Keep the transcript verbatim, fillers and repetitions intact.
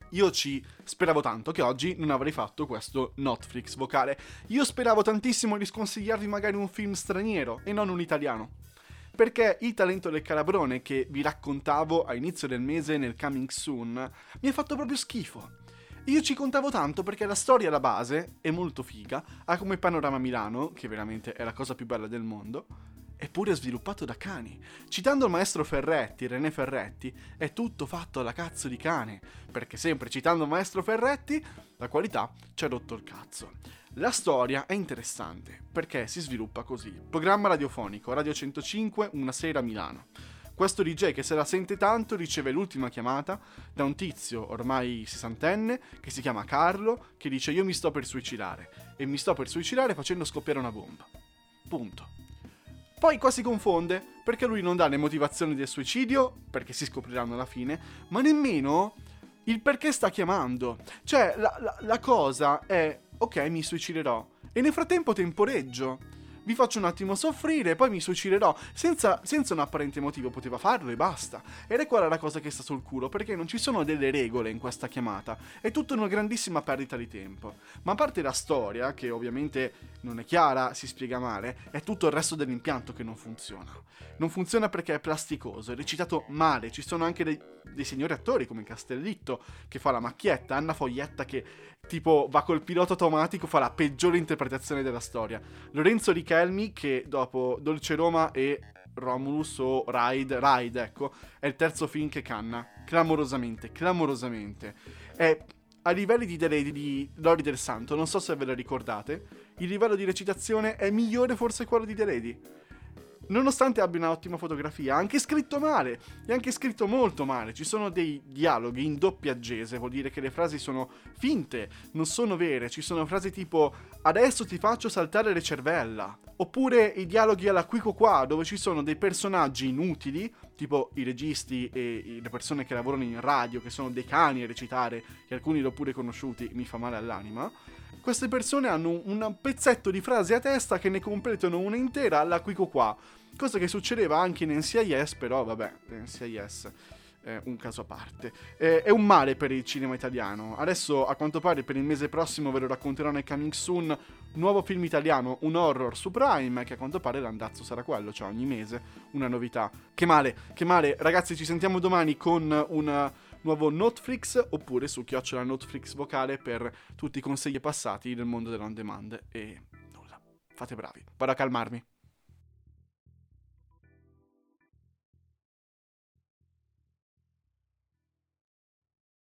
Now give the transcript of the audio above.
io ci speravo tanto che oggi non avrei fatto questo Netflix vocale. Io speravo tantissimo di sconsigliarvi magari un film straniero e non un italiano. Perché il talento del calabrone che vi raccontavo a inizio del mese nel Coming Soon mi ha fatto proprio schifo. Io ci contavo tanto perché la storia alla base è molto figa, ha come panorama Milano, che veramente è la cosa più bella del mondo, eppure è sviluppato da cani. Citando il maestro Ferretti, René Ferretti, è tutto fatto alla cazzo di cane, perché sempre citando il maestro Ferretti, la qualità ci ha rotto il cazzo. La storia è interessante, perché si sviluppa così. Programma radiofonico, Radio centocinque, una sera a Milano. Questo D J che se la sente tanto riceve l'ultima chiamata da un tizio ormai sessantenne che si chiama Carlo, che dice io mi sto per suicidare, e mi sto per suicidare facendo scoppiare una bomba. Punto. Poi qua si confonde, perché lui non dà le motivazioni del suicidio, perché si scopriranno alla fine, ma nemmeno il perché sta chiamando. Cioè, la, la, la cosa è, ok, mi suiciderò, e nel frattempo temporeggio. Vi faccio un attimo soffrire, poi mi suiciderò. Senza, senza un apparente motivo, poteva farlo e basta. Ed è quella la cosa che sta sul culo, perché non ci sono delle regole in questa chiamata. È tutta una grandissima perdita di tempo. Ma a parte la storia, che ovviamente non è chiara, si spiega male, è tutto il resto dell'impianto che non funziona. Non funziona perché è plasticoso, è recitato male. Ci sono anche dei, dei signori attori come Castellitto, che fa la macchietta, Anna Foglietta che tipo va col pilota automatico, fa la peggiore interpretazione della storia. Lorenzo Richelmi che dopo Dolce Roma e Romulus o Ride, Ride ecco, è il terzo film che canna. Clamorosamente, clamorosamente. È a livelli di, di, di Lori del Santo, non so se ve lo ricordate, il livello di recitazione è migliore forse quello di The Lady. Nonostante abbia un'ottima fotografia, ha anche scritto male, è anche scritto molto male. Ci sono dei dialoghi in doppiaggese, vuol dire che le frasi sono finte, non sono vere. Ci sono frasi tipo adesso ti faccio saltare le cervella, oppure i dialoghi alla Quico qua, dove ci sono dei personaggi inutili, tipo i registi e le persone che lavorano in radio, che sono dei cani a recitare, che alcuni l'ho pure conosciuti, mi fa male all'anima. Queste persone hanno un pezzetto di frase a testa che ne completano una intera alla Quico qua. Cosa che succedeva anche in N C I S, però vabbè, N C I S è un caso a parte. È, è un male per il cinema italiano. Adesso, a quanto pare, per il mese prossimo ve lo racconterò nel Coming Soon, nuovo film italiano, un horror su Prime, che a quanto pare l'andazzo sarà quello, cioè ogni mese una novità. Che male, che male. Ragazzi, ci sentiamo domani con un nuovo Netflix, oppure su chiocciola Netflix vocale per tutti i consigli passati nel mondo dell'on demand. E nulla, fate bravi. Vado a calmarmi.